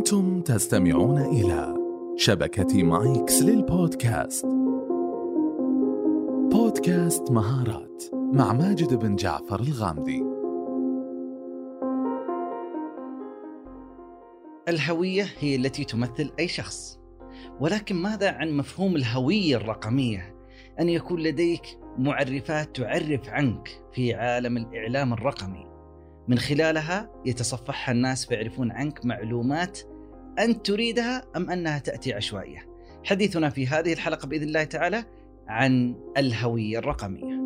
أنتم تستمعون إلى شبكة مايكس للبودكاست. بودكاست مهارات مع ماجد بن جعفر الغامدي. الهوية هي التي تمثل أي شخص، ولكن ماذا عن مفهوم الهوية الرقمية؟ أن يكون لديك معرفات تعرف عنك في عالم الإعلام الرقمي، من خلالها يتصفحها الناس فيعرفون عنك معلومات أنت تريدها أم أنها تأتي عشوائية. حديثنا في هذه الحلقة بإذن الله تعالى عن الهوية الرقمية.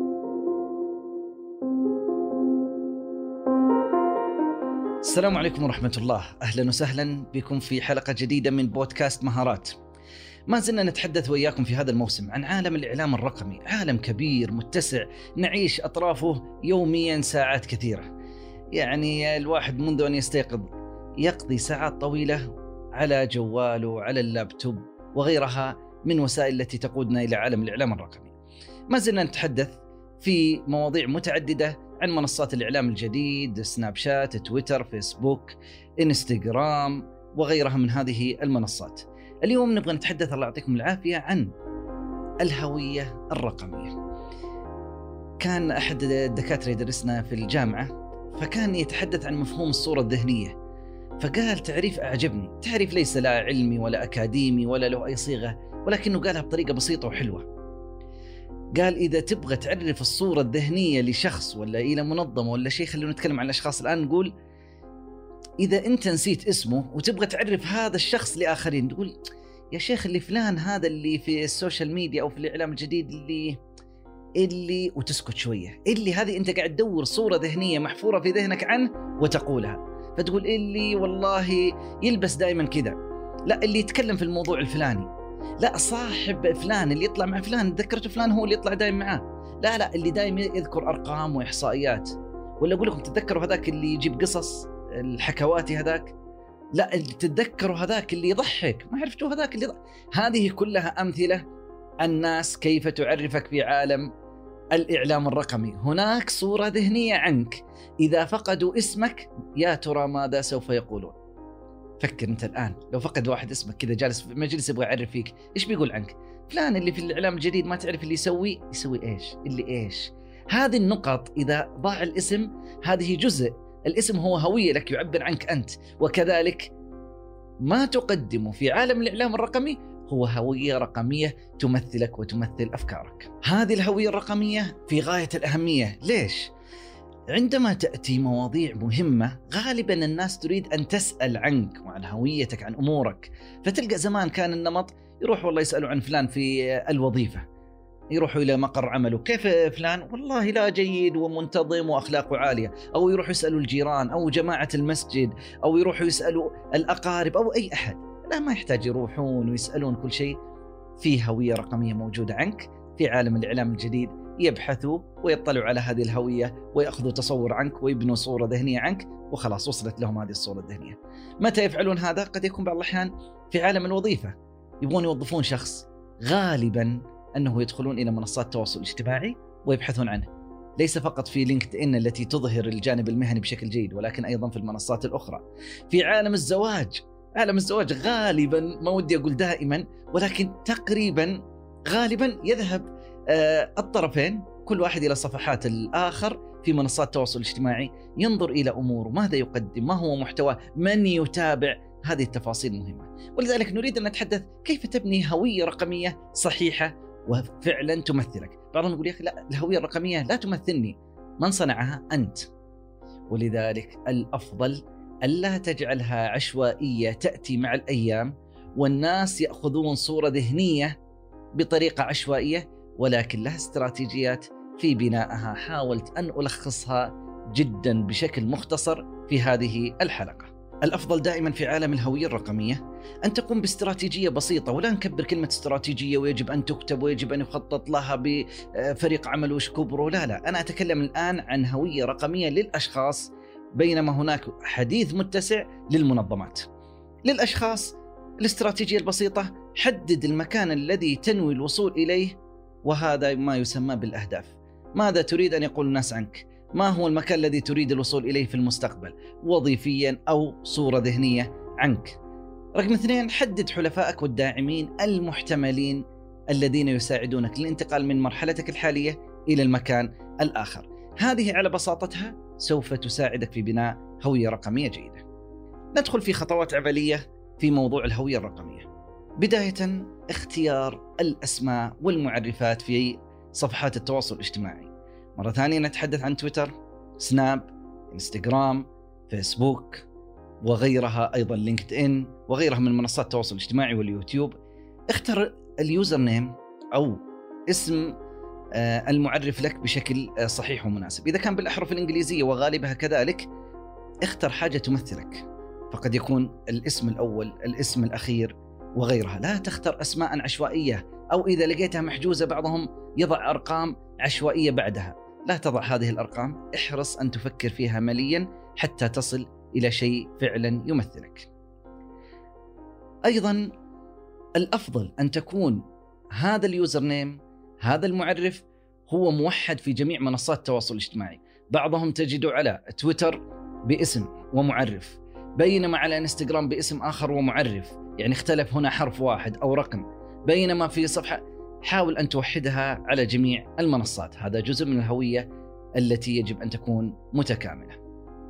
السلام عليكم ورحمة الله، أهلا وسهلا بكم في حلقة جديدة من بودكاست مهارات. ما زلنا نتحدث وإياكم في هذا الموسم عن عالم الإعلام الرقمي، عالم كبير متسع نعيش أطرافه يوميا ساعات كثيرة. يعني الواحد منذ أن يستيقظ يقضي ساعات طويلة على جواله، على اللابتوب وغيرها من وسائل التي تقودنا إلى عالم الإعلام الرقمي. ما زلنا نتحدث في مواضيع متعددة عن منصات الإعلام الجديد، سناب شات، تويتر، فيسبوك، إنستغرام وغيرها من هذه المنصات. اليوم نبغى نتحدث الله يعطيكم العافية عن الهوية الرقمية. كان أحد الدكاترة يدرسنا في الجامعة فكان يتحدث عن مفهوم الصورة الذهنية، فقال تعريف أعجبني، تعريف ليس لا علمي ولا أكاديمي ولا له أي صيغة، ولكنه قالها بطريقة بسيطة وحلوة. قال إذا تبغى تعرف الصورة الذهنية لشخص ولا إلى منظمة ولا شيء، خلينا نتكلم عن الأشخاص الآن، نقول إذا أنت نسيت اسمه وتبغى تعرف هذا الشخص لآخرين، تقول يا شيخ اللي فلان هذا اللي في السوشيال ميديا أو في الإعلام الجديد اللي وتسكت شوية، اللي هذه أنت قاعد تدور صورة ذهنية محفورة في ذهنك عنه وتقولها، فتقول اللي والله يلبس دائما كذا، لا اللي يتكلم في الموضوع الفلاني، لا صاحب فلان اللي يطلع مع فلان، ذكرت فلان هو اللي يطلع دائما معاه، لا اللي دائما يذكر أرقام وإحصائيات، ولا أقول لكم تتذكروا هذاك اللي يجيب قصص الحكواتي هذاك، لا اللي تتذكروا هذاك اللي يضحك، ما عرفتوا هذاك اللي هذه كلها أمثلة الناس كيف تعرفك في عالم الإعلام الرقمي. هناك صورة ذهنية عنك، إذا فقدوا اسمك يا ترى ماذا سوف يقولون؟ فكر أنت الآن لو فقد واحد اسمك كذا جالس في مجلس يبغى يعرف فيك، إيش بيقول عنك؟ فلان اللي في الإعلام الجديد، ما تعرف اللي يسوي إيش، اللي إيش. هذه النقط إذا ضاع الاسم هذه جزء، الاسم هو هوية لك يعبر عنك أنت، وكذلك ما تقدمه في عالم الإعلام الرقمي هو هوية رقمية تمثلك وتمثل أفكارك. هذه الهوية الرقمية في غاية الأهمية. ليش؟ عندما تأتي مواضيع مهمة غالبا الناس تريد أن تسأل عنك وعن هويتك، عن أمورك، فتلقى زمان كان النمط يروح والله يسألوا عن فلان في الوظيفة، يروحوا إلى مقر عمله، كيف فلان؟ والله لا جيد ومنتظم وأخلاقه عالية. أو يروحوا يسألوا الجيران أو جماعة المسجد، أو يروحوا يسألوا الأقارب أو أي أحد. لا، ما يحتاج يروحون ويسألون كل شيء. في هوية رقمية موجودة عنك في عالم الإعلام الجديد، يبحثوا ويطلعوا على هذه الهوية ويأخذوا تصور عنك ويبنوا صورة ذهنية عنك، وخلاص وصلت لهم هذه الصورة الذهنية. متى يفعلون هذا؟ قد يكون بعض الأحيان في عالم الوظيفة، يبغون يوظفون شخص، غالبا أنه يدخلون إلى منصات التواصل الاجتماعي ويبحثون عنه، ليس فقط في لينكد إن التي تظهر الجانب المهني بشكل جيد، ولكن أيضا في المنصات الأخرى. في عالم الزواج، عالم الزواج غالبا، ما ودي أقول دائما ولكن تقريبا غالبا يذهب الطرفين كل واحد إلى صفحات الآخر في منصات التواصل الاجتماعي، ينظر إلى أموره، ماذا يقدم، ما هو محتوى، من يتابع، هذه التفاصيل مهمة. ولذلك نريد أن نتحدث كيف تبني هوية رقمية صحيحة وفعلا تمثلك. بعضهم يقول يا أخي لا، الهوية الرقمية لا تمثلني، من صنعها؟ أنت. ولذلك الأفضل ألا تجعلها عشوائية تأتي مع الأيام والناس يأخذون صورة ذهنية بطريقة عشوائية، ولكن لها استراتيجيات في بنائها. حاولت أن ألخصها جدا بشكل مختصر في هذه الحلقة. الأفضل دائما في عالم الهوية الرقمية أن تقوم باستراتيجية بسيطة، ولا نكبر كلمة استراتيجية ويجب أن تكتب ويجب أن يخطط لها بفريق عمل وش كبره. لا، أنا أتكلم الآن عن هوية رقمية للأشخاص، بينما هناك حديث متسع للمنظمات. للأشخاص الاستراتيجية البسيطة، حدد المكان الذي تنوي الوصول إليه، وهذا ما يسمى بالأهداف. ماذا تريد أن يقول الناس عنك؟ ما هو المكان الذي تريد الوصول إليه في المستقبل، وظيفيا أو صورة ذهنية عنك؟ رقم 2، حدد حلفائك والداعمين المحتملين الذين يساعدونك للانتقال من مرحلتك الحالية إلى المكان الآخر. هذه على بساطتها سوف تساعدك في بناء هوية رقمية جيدة. ندخل في خطوات عملية في موضوع الهوية الرقمية. بداية، اختيار الأسماء والمعرفات في صفحات التواصل الاجتماعي. مرة ثانية نتحدث عن تويتر، سناب، انستغرام، فيسبوك وغيرها، أيضا لينكد إن وغيرها من منصات التواصل الاجتماعي واليوتيوب. اختر اليوزر نيم أو اسم المعرف لك بشكل صحيح ومناسب. إذا كان بالأحرف الإنجليزية وغالبها كذلك، اختر حاجة تمثلك، فقد يكون الاسم الأول، الاسم الأخير وغيرها. لا تختر أسماء عشوائية، أو إذا لقيتها محجوزة بعضهم يضع أرقام عشوائية بعدها. لا تضع هذه الأرقام، احرص أن تفكر فيها مليا حتى تصل إلى شيء فعلا يمثلك. أيضا الأفضل أن تكون هذا اليوزر نيم، هذا المعرف، هو موحد في جميع منصات التواصل الاجتماعي. بعضهم تجده على تويتر باسم ومعرف، بينما على انستغرام باسم آخر ومعرف، يعني اختلف هنا حرف واحد أو رقم، بينما في صفحة. حاول أن توحدها على جميع المنصات. هذا جزء من الهوية التي يجب أن تكون متكاملة.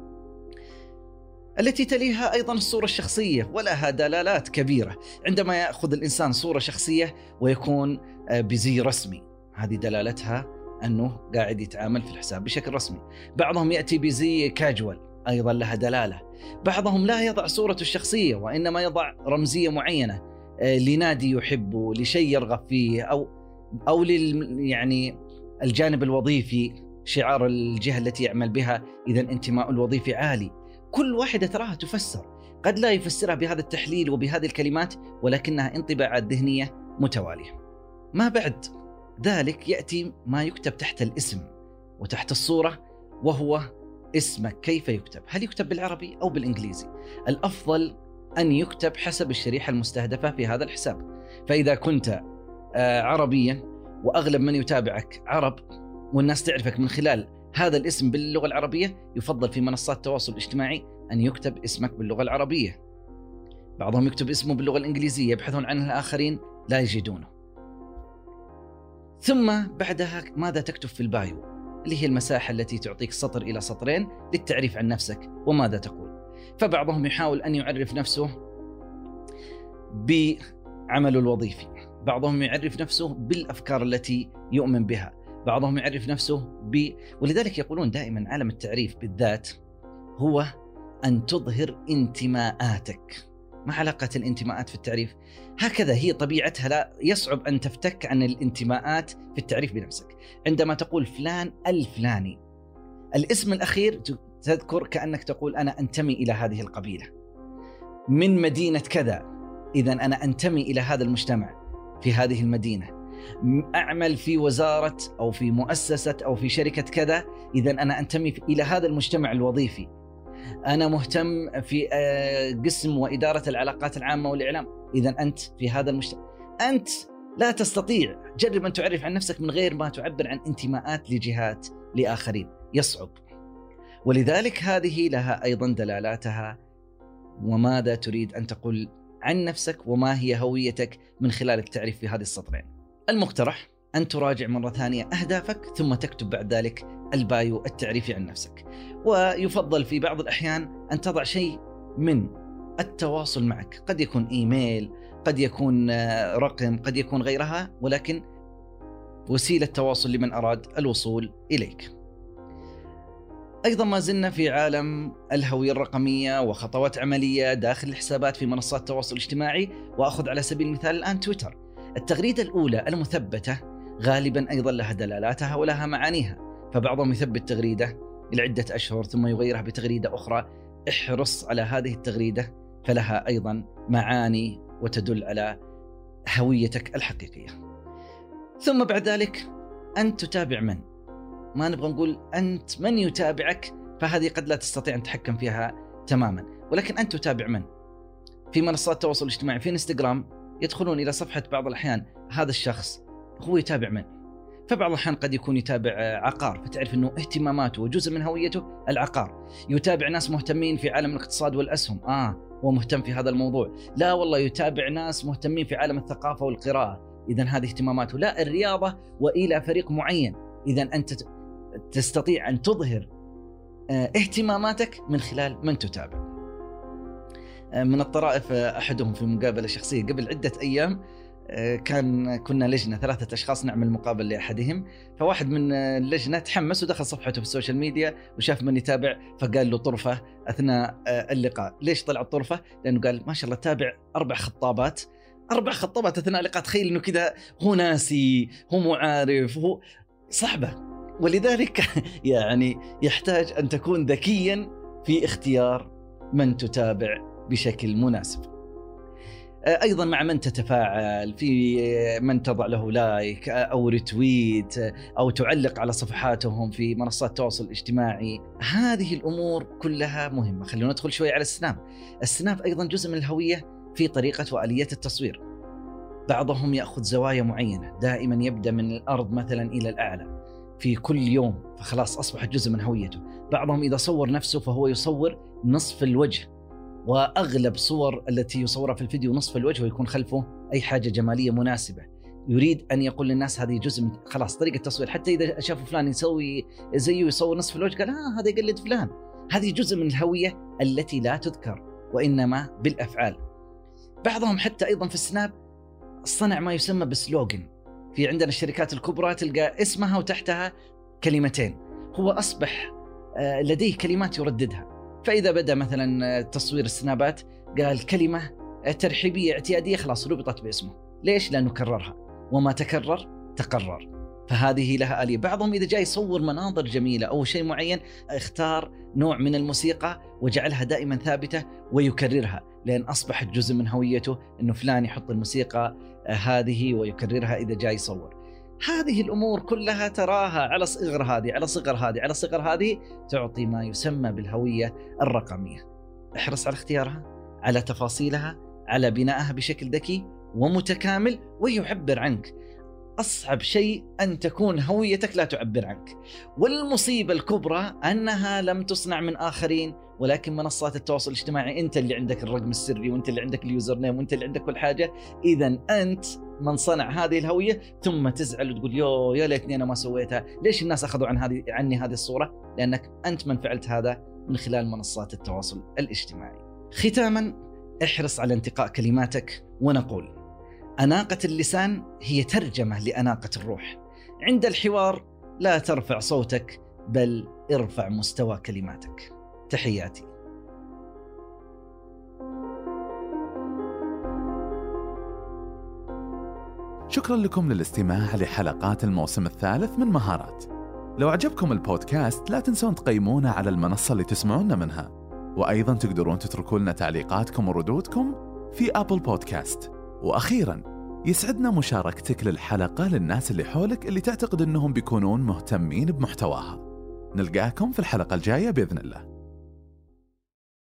التي تليها أيضا الصورة الشخصية، ولها دلالات كبيرة. عندما يأخذ الإنسان صورة شخصية ويكون بزي رسمي، هذه دلالتها أنه قاعد يتعامل في الحساب بشكل رسمي. بعضهم يأتي بزي كاجوال، أيضا لها دلالة. بعضهم لا يضع صورته الشخصية وإنما يضع رمزية معينة لنادي يحبه، لشيء يرغب فيه، أو يعني الجانب الوظيفي، شعار الجهة التي يعمل بها إذا انتماء الوظيفي عالي. كل واحدة تراها تفسر، قد لا يفسرها بهذا التحليل وبهذه الكلمات، ولكنها انطباعات ذهنية متوالية. ما بعد ذلك يأتي ما يكتب تحت الاسم وتحت الصورة، وهو اسمك. كيف يكتب؟ هل يكتب بالعربي أو بالإنجليزي؟ الأفضل أن يكتب حسب الشريحة المستهدفة في هذا الحساب. فإذا كنت عربيا وأغلب من يتابعك عرب، والناس تعرفك من خلال هذا الاسم باللغة العربية، يفضل في منصات التواصل الاجتماعي أن يكتب اسمك باللغة العربية. بعضهم يكتب اسمه باللغة الإنجليزية، يبحثون عنه الآخرين لا يجدونه. ثم بعدها ماذا تكتب في البايو، اللي هي المساحة التي تعطيك سطر إلى سطرين للتعريف عن نفسك وماذا تقول. فبعضهم يحاول أن يعرف نفسه بعمله الوظيفي، بعضهم يعرف نفسه بالأفكار التي يؤمن بها، بعضهم يعرف نفسه ولذلك يقولون دائما عالم التعريف بالذات هو أن تظهر انتماءاتك. ما علاقة الانتماءات في التعريف؟ هكذا هي طبيعتها، لا يصعب أن تفتك عن الانتماءات في التعريف بنفسك. عندما تقول فلان الفلاني، الاسم الأخير تذكر كأنك تقول أنا أنتمي إلى هذه القبيلة من مدينة كذا، إذا أنا أنتمي إلى هذا المجتمع في هذه المدينة، أعمل في وزارة أو في مؤسسة أو في شركة كذا، إذا أنا أنتمي إلى هذا المجتمع الوظيفي. أنا مهتم في قسم وإدارة العلاقات العامة والإعلام، إذا أنت في هذا المجتمع. أنت لا تستطيع. جرب أن تعرف عن نفسك من غير ما تعبر عن انتماءات لجهات لآخرين، يصعب. ولذلك هذه لها أيضا دلالاتها، وماذا تريد أن تقول عن نفسك وما هي هويتك من خلال التعريف في هذه السطرين. المقترح أن تراجع مرة ثانية أهدافك، ثم تكتب بعد ذلك البايو التعريفي عن نفسك. ويفضل في بعض الأحيان أن تضع شيء من التواصل معك، قد يكون إيميل، قد يكون رقم، قد يكون غيرها، ولكن وسيلة تواصل لمن أراد الوصول إليك. أيضا ما زلنا في عالم الهوية الرقمية وخطوات عملية داخل الحسابات في منصات التواصل الاجتماعي. وأخذ على سبيل المثال الآن تويتر. التغريدة الأولى المثبتة غالبا أيضا لها دلالاتها ولها معانيها، فبعضهم يثبت تغريدة لعدة أشهر ثم يغيرها بتغريدة أخرى. احرص على هذه التغريدة، فلها أيضا معاني وتدل على هويتك الحقيقية. ثم بعد ذلك أنت تتابع من، ما نبغى نقول أنت من يتابعك، فهذه قد لا تستطيع أن تتحكم فيها تماما، ولكن أنت تتابع من. في منصات التواصل الاجتماعي في انستغرام يدخلون إلى صفحة بعض الأحيان هذا الشخص هو يتابع من، فبعض الأحيان قد يكون يتابع عقار، فتعرف أنه اهتماماته وجزء من هويته العقار. يتابع ناس مهتمين في عالم الاقتصاد والأسهم، هو مهتم في هذا الموضوع. لا والله يتابع ناس مهتمين في عالم الثقافة والقراءة، إذن هذه اهتماماته. لا الرياضة وإلى فريق معين، إذن أنت تستطيع أن تظهر اهتماماتك من خلال من تتابع. من الطرائف أحدهم في مقابلة شخصية قبل عدة أيام، كنا لجنة 3 أشخاص نعمل مقابل لأحدهم، فواحد من اللجنة تحمس ودخل صفحته في السوشيال ميديا وشاف من يتابع، فقال له طرفة أثناء اللقاء. ليش طلع الطرفة؟ لأنه قال ما شاء الله تابع 4 خطابات أثناء اللقاء. تخيل أنه كذا هو ناسي، هو مو عارف، هو صعبة. ولذلك يعني يحتاج أن تكون ذكيا في اختيار من تتابع بشكل مناسب. أيضا مع من تتفاعل، في من تضع له لايك أو ريتويت أو تعلق على صفحاتهم في منصات التواصل الاجتماعي. هذه الأمور كلها مهمة. خلونا ندخل شوي على السناب أيضا جزء من الهوية في طريقة وآلية التصوير. بعضهم يأخذ زوايا معينة، دائما يبدأ من الأرض مثلا إلى الأعلى في كل يوم، فخلاص أصبحت جزء من هويته. بعضهم إذا صور نفسه فهو يصور نصف الوجه، وأغلب صور التي يصورها في الفيديو نصف الوجه ويكون خلفه أي حاجة جمالية مناسبة. يريد أن يقول للناس هذه جزء من خلاص طريقة التصوير. حتى إذا شافوا فلان يسوي زيه يصور نصف الوجه قال هذا يقلد فلان. هذه جزء من الهوية التي لا تذكر وإنما بالأفعال. بعضهم حتى أيضا في السناب صنع ما يسمى بسلوغن. في عندنا الشركات الكبرى تلقى اسمها وتحتها كلمتين، هو أصبح لديه كلمات يرددها. فإذا بدأ مثلا تصوير السنابات قال كلمة ترحيبية اعتيادية، خلاص ربطت باسمه. ليش؟ لأنه كررها، وما تكرر تقرر. فهذه لها آلية. بعضهم إذا جاي يصور مناظر جميلة أو شيء معين اختار نوع من الموسيقى وجعلها دائما ثابتة ويكررها، لأن أصبحت جزء من هويته أنه فلان يحط الموسيقى هذه ويكررها إذا جاي يصور. هذه الأمور كلها تراها على صغر هذه على صغر هذه على صغر هذه، تعطي ما يسمى بالهوية الرقمية. احرص على اختيارها، على تفاصيلها، على بنائها بشكل ذكي ومتكامل ويعبر عنك. أصعب شيء أن تكون هويتك لا تعبر عنك. والمصيبة الكبرى أنها لم تصنع من آخرين، ولكن منصات التواصل الاجتماعي. أنت اللي عندك الرقم السري، وأنت اللي عندك اليوزر نيم، وأنت اللي عندك كل حاجة. إذن أنت من صنع هذه الهوية، ثم تزعل وتقول يا ليتني أنا ما سويتها. ليش الناس أخذوا عني هذه الصورة؟ لأنك أنت من فعلت هذا من خلال منصات التواصل الاجتماعي. ختاما، احرص على انتقاء كلماتك. ونقول أناقة اللسان هي ترجمة لأناقة الروح. عند الحوار لا ترفع صوتك، بل ارفع مستوى كلماتك. تحياتي. شكرا لكم للاستماع لحلقات الموسم الثالث من مهارات. لو عجبكم البودكاست لا تنسون تقيمونا على المنصة اللي تسمعون منها، وأيضا تقدرون تتركوا لنا تعليقاتكم وردودكم في أبل بودكاست. وأخيرا يسعدنا مشاركتك للحلقة للناس اللي حولك اللي تعتقد أنهم بيكونون مهتمين بمحتواها. نلقاكم في الحلقة الجاية بإذن الله.